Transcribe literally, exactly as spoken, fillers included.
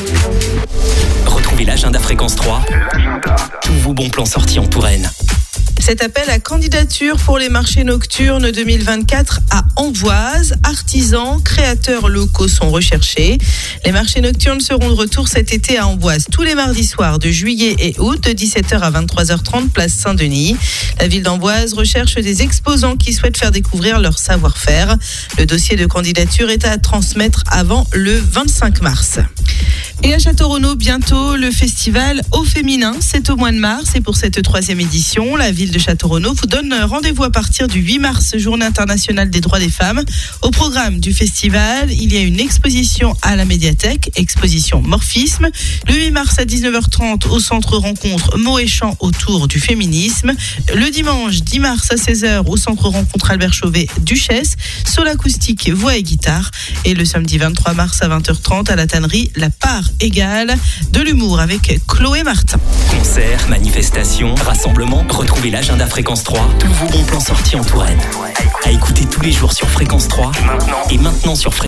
Retrouvez l'agenda Fréquence trois. L'agenda. Tous vos bons plans sortis en Touraine. Cet appel à candidature pour les marchés nocturnes deux mille vingt-quatre à Amboise. Artisans, créateurs locaux sont recherchés. Les marchés nocturnes seront de retour cet été à Amboise tous les mardis soirs de juillet et août de dix-sept heures à vingt-trois heures trente place Saint-Denis. La ville d'Amboise recherche des exposants qui souhaitent faire découvrir leur savoir-faire. Le dossier de candidature est à transmettre avant le vingt-cinq mars. Et à Château-Renaud, bientôt, le festival Au Féminin, c'est au mois de mars. Et pour cette troisième édition, la ville de Château-Renaud vous donne rendez-vous à partir du huit mars, journée internationale des droits des femmes. Au programme du festival, il y a une exposition à la médiathèque, exposition Morphisme. Le huit mars à dix-neuf heures trente, au centre rencontre mots et chants autour du féminisme. Le dimanche dix mars à seize heures, au centre rencontre Albert Chauvet, Duchesse, sol acoustique, voix et guitare. Et le samedi vingt-trois mars à vingt heures trente, à la tannerie La Part Égale de l'humour avec Chloé Martin. Concerts, manifestations, rassemblements. Retrouvez l'agenda Fréquence trois. Tous vos bons plans sortis en Touraine. À écouter tous les jours sur Fréquence trois. Maintenant. Et maintenant sur Fréquence